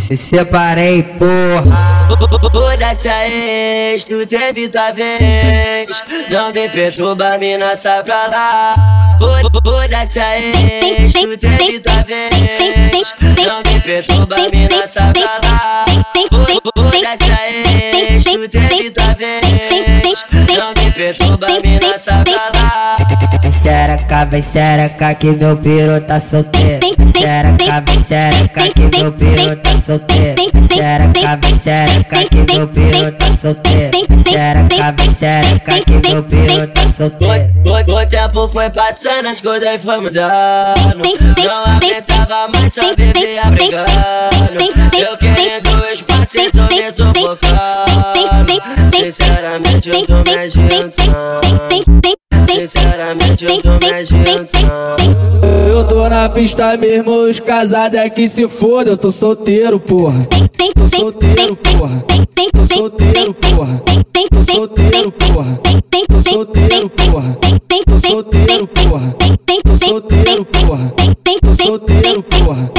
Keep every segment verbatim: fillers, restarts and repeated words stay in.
Me separei, porra. Foda-se a ex, tu teve tua vez. Não me perturba, mina, sai pra lá. Foda-se a ex, tu teve tua vez. Não me perturba, mina, sai pra lá. Foda-se a ex, tu teve tua vez. Não me perturba, mina, sai pra lá. Vem xereca, vem xereca que meu piru tá solteiro. Vem xereca, vem xereca que meu piru tá solteiro. Vem xereca, vem xereca que meu piru tá solteiro. Vem xereca, vem xereca que meu piru tá solteiro. O, o, o tempo foi passando, as coisas foi mudando. Não aguentava mais, só vivia brigando. Eu querendo espaço e tô me sufocando. Sinceramente eu tô me agitando. Sinceramente eu tô me agitando. Eu tô na pista mesmo, os casados é que se foda. Eu tô solteiro, porra. Tô solteiro, porra. Tô solteiro, porra. Tô solteiro, porra. Tô solteiro, porra. Tô solteiro, porra. Tô solteiro, porra. Tô solteiro, porra.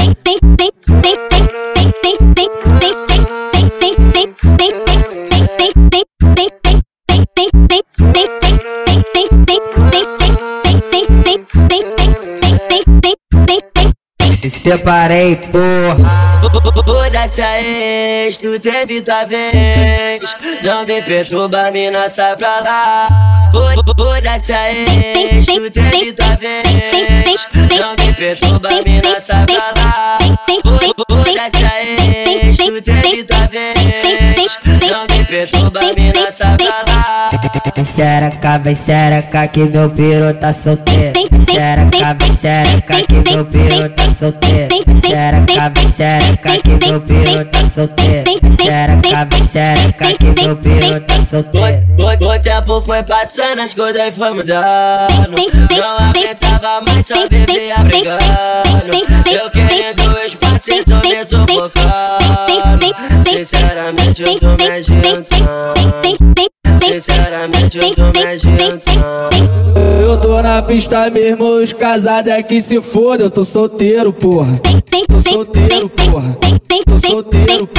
Me separei, porra. Foda-se a ex, tu teve tua vez. Não me perturba, mina, sai pra lá. Foda-se a ex, tu teve tua vez. Não me perturba, mina, sai pra lá. Foda-se a ex, tu teve tua vez. Não me perturba, mina, sai pra lá. Vem xereca, vem xereca que meu piru tá solteiro. Vem xereca, vem xereca que meu piru tá solteiro. Vem xereca, vem xereca que meu piru tá solteiro. Vem xereca, vem xereca que meu piru tá solteiro. O, o, o tempo foi passando, as coisas foi mudando. Não aguentava mais, só vivia brigando. Eu querendo espaço e tô me sufocando. Sinceramente eu tô me agitando. Sinceramente eu tô me agitando. Eu tô na pista mesmo, os casados é que se foda. Eu tô solteiro, porra. Tô solteiro, porra. Tô solteiro,